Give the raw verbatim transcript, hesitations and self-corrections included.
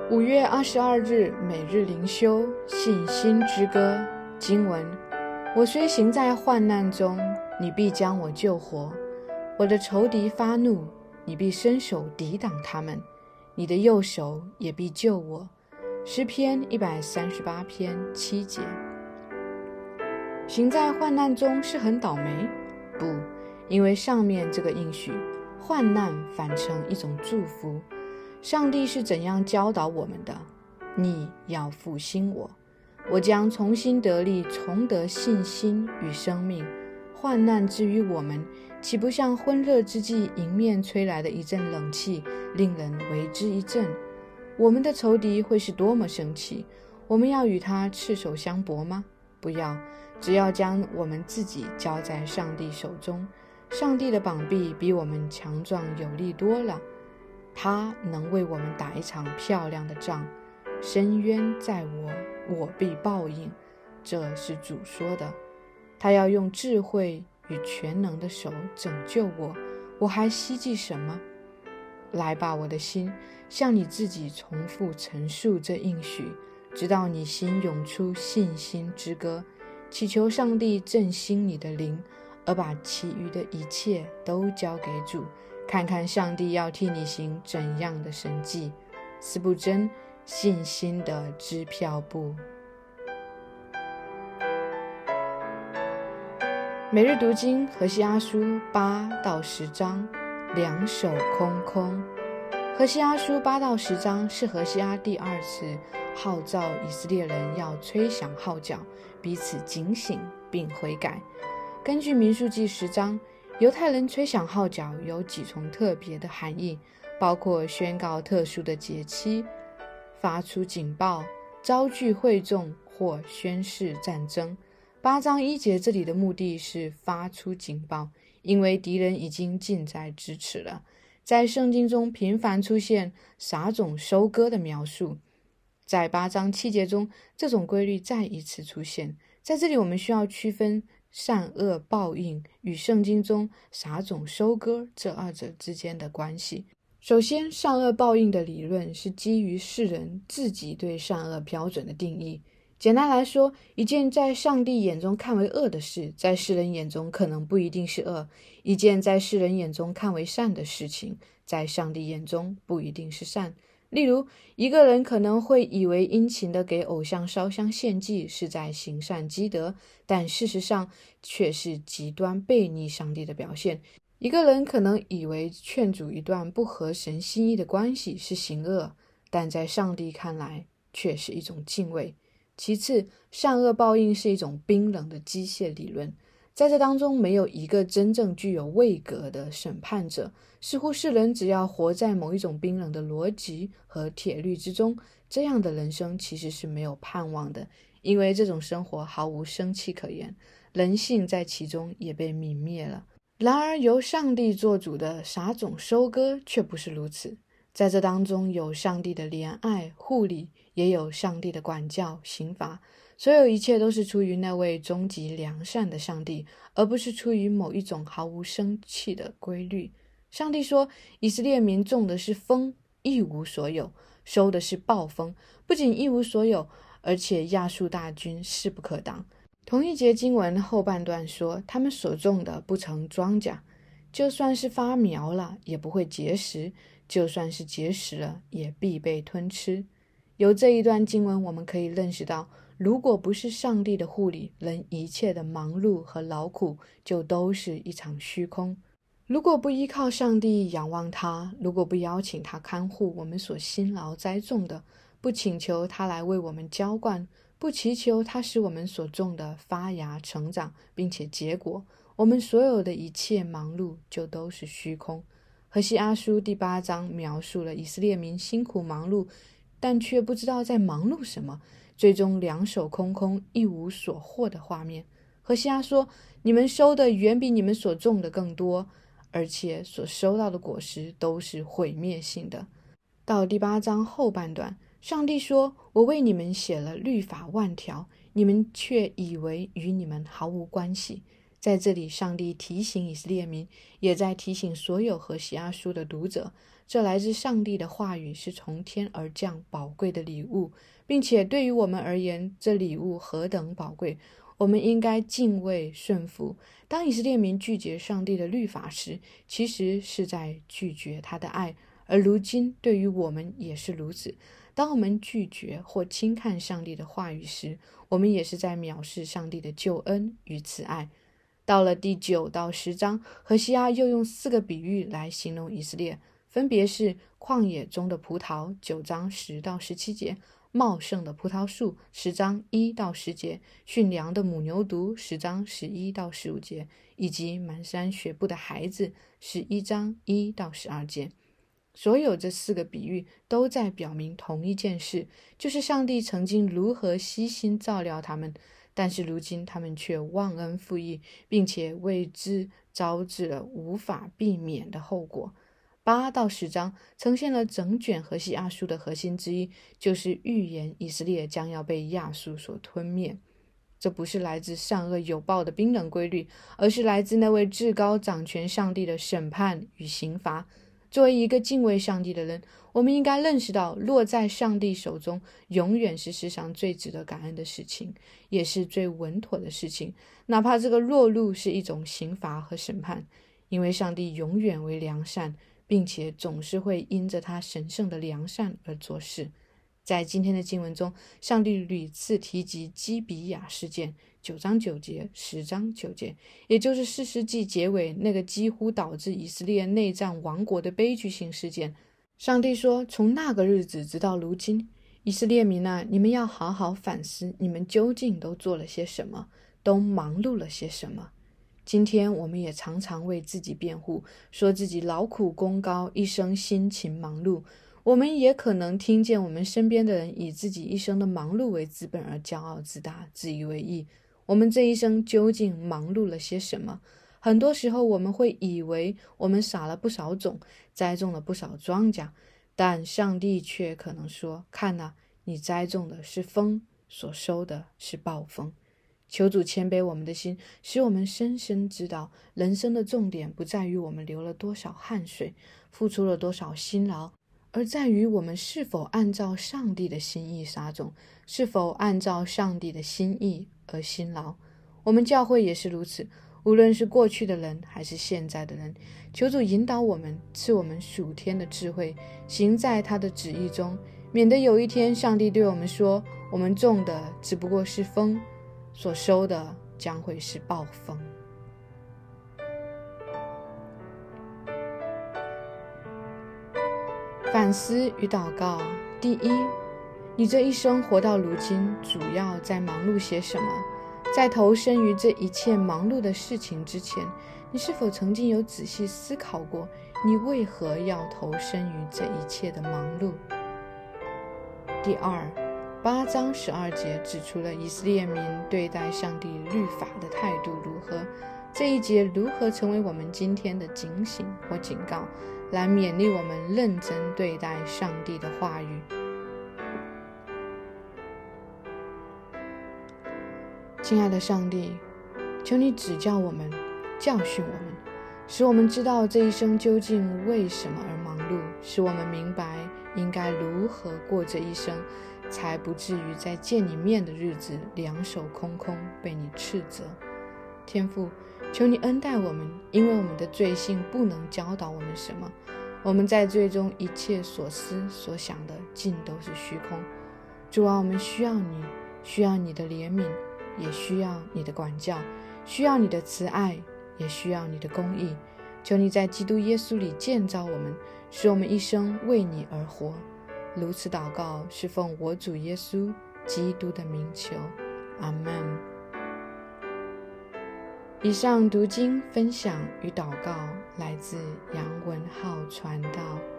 五月二十二日每日灵修信心之歌经文：我虽行在患难中，你必将我救活；我的仇敌发怒，你必伸手抵挡他们，你的右手也必救我。诗篇一百三十八篇七节。行在患难中是很倒霉？不，因为上面这个应许，患难反成一种祝福。上帝是怎样教导我们的？你要复兴我，我将重新得力，重得信心与生命。患难之于我们，岂不像昏热之际迎面吹来的一阵冷气，令人为之一振？我们的仇敌会是多么生气？我们要与他赤手相搏吗？不要，只要将我们自己交在上帝手中。上帝的膀臂比我们强壮有力多了，他能为我们打一场漂亮的仗。深渊在我，我必报应，这是主说的。他要用智慧与全能的手拯救我，我还希冀什么？来吧，我的心，向你自己重复陈述这应许，直到你心涌出信心之歌，祈求上帝振兴你的灵，而把其余的一切都交给主，看看上帝要替你行怎样的神迹。司布真，信心的支票簿。每日读经何西阿书八到十章，两手空空。何西阿书八到十章是何西阿第二次号召以色列人要吹响号角，彼此警醒并悔改。根据民数记十章，犹太人吹响号角有几重特别的含义，包括宣告特殊的节期、发出警报、招聚会众或宣示战争。八章一节这里的目的是发出警报，因为敌人已经近在咫尺了。在圣经中频繁出现撒种收割的描述，在八章七节中这种规律再一次出现。在这里我们需要区分善恶报应与圣经中撒种收割这二者之间的关系。首先，善恶报应的理论是基于世人自己对善恶标准的定义。简单来说，一件在上帝眼中看为恶的事，在世人眼中可能不一定是恶；一件在世人眼中看为善的事情，在上帝眼中不一定是善。例如，一个人可能会以为殷勤地给偶像烧香献祭是在行善积德，但事实上却是极端悖逆上帝的表现。一个人可能以为劝阻一段不合神心意的关系是行恶，但在上帝看来却是一种敬畏。其次，善恶报应是一种冰冷的机械理论，在这当中没有一个真正具有位格的审判者，似乎世人只要活在某一种冰冷的逻辑和铁律之中，这样的人生其实是没有盼望的，因为这种生活毫无生气可言，人性在其中也被泯灭了。然而由上帝做主的撒种收割却不是如此，在这当中有上帝的怜爱护理，也有上帝的管教刑罚，所有一切都是出于那位终极良善的上帝，而不是出于某一种毫无生气的规律。上帝说，以色列民种的是风，一无所有；收的是暴风，不仅一无所有，而且亚述大军势不可挡。同一节经文后半段说，他们所种的不成庄稼，就算是发苗了，也不会结实；就算是结实了，也必被吞吃。由这一段经文我们可以认识到，如果不是上帝的护理，人一切的忙碌和劳苦就都是一场虚空。如果不依靠上帝仰望他，如果不邀请他看护我们所辛劳栽种的，不请求他来为我们浇灌，不祈求他使我们所种的发芽成长并且结果，我们所有的一切忙碌就都是虚空。何西阿书第八章描述了以色列民辛苦忙碌，但却不知道在忙碌什么，最终两手空空一无所获的画面。何西阿说，你们收的远比你们所种的更多，而且所收到的果实都是毁灭性的。到第八章后半段，上帝说，我为你们写了律法万条，你们却以为与你们毫无关系。 在这里，上帝提醒以色列民，也在提醒所有何西阿书的读者，这来自上帝的话语是从天而降宝贵的礼物，并且对于我们而言，这礼物何等宝贵，我们应该敬畏顺服。当以色列民拒绝上帝的律法时，其实是在拒绝他的爱，而如今对于我们也是如此。当我们拒绝或轻看上帝的话语时，我们也是在藐视上帝的救恩与慈爱。到了第九到十章，何西阿又用四个比喻来形容以色列，分别是旷野中的葡萄九章十到十七节，茂盛的葡萄树十章一到十节，驯良的母牛犊十章十一到十五节，以及蹒跚学步的孩子十一章一到十二节。所有这四个比喻都在表明同一件事，就是上帝曾经如何悉心照料他们，但是如今他们却忘恩负义，并且为之招致了无法避免的后果。八到十章呈现了整卷何西阿书的核心之一，就是预言以色列将要被亚述所吞灭。这不是来自善恶有报的冰冷规律，而是来自那位至高掌权上帝的审判与刑罚。作为一个敬畏上帝的人，我们应该认识到，落在上帝手中永远是世上最值得感恩的事情，也是最稳妥的事情，哪怕这个落入是一种刑罚和审判，因为上帝永远为良善，并且总是会因着他神圣的良善而做事。在今天的经文中，上帝屡次提及基比亚事件，九章九节，十章九节，也就是士师记结尾那个几乎导致以色列内战亡国的悲剧性事件。上帝说，从那个日子直到如今，以色列民啊，你们要好好反思，你们究竟都做了些什么，都忙碌了些什么。今天我们也常常为自己辩护，说自己劳苦功高，一生辛勤忙碌。我们也可能听见我们身边的人以自己一生的忙碌为资本而骄傲自大，自以为意。我们这一生究竟忙碌了些什么？很多时候我们会以为我们撒了不少种，栽种了不少庄稼，但上帝却可能说，看啊，你栽种的是风，所收的是暴风。求主谦卑我们的心，使我们深深知道，人生的重点不在于我们流了多少汗水，付出了多少辛劳，而在于我们是否按照上帝的心意撒种，是否按照上帝的心意而辛劳。我们教会也是如此，无论是过去的人还是现在的人，求主引导我们，赐我们属天的智慧，行在他的旨意中，免得有一天上帝对我们说，我们种的只不过是风，所收的将会是暴风。反思与祷告。第一，你这一生活到如今，主要在忙碌些什么？在投身于这一切忙碌的事情之前，你是否曾经有仔细思考过，你为何要投身于这一切的忙碌？第二，八章十二节指出了以色列民对待上帝律法的态度如何，这一节如何成为我们今天的警醒或警告，来勉励我们认真对待上帝的话语。亲爱的上帝，求你指教我们，教训我们，使我们知道这一生究竟为什么而忙碌，使我们明白应该如何过这一生，才不至于在见你面的日子两手空空，被你斥责。天父，求你恩待我们，因为我们的罪性不能教导我们什么，我们在罪中一切所思所想的尽都是虚空。主啊，我们需要你，需要你的怜悯，也需要你的管教，需要你的慈爱，也需要你的公义。求你在基督耶稣里建造我们，使我们一生为你而活。如此祷告，是奉我主耶稣基督的名求，阿们。以上读经分享与祷告来自杨文浩传道。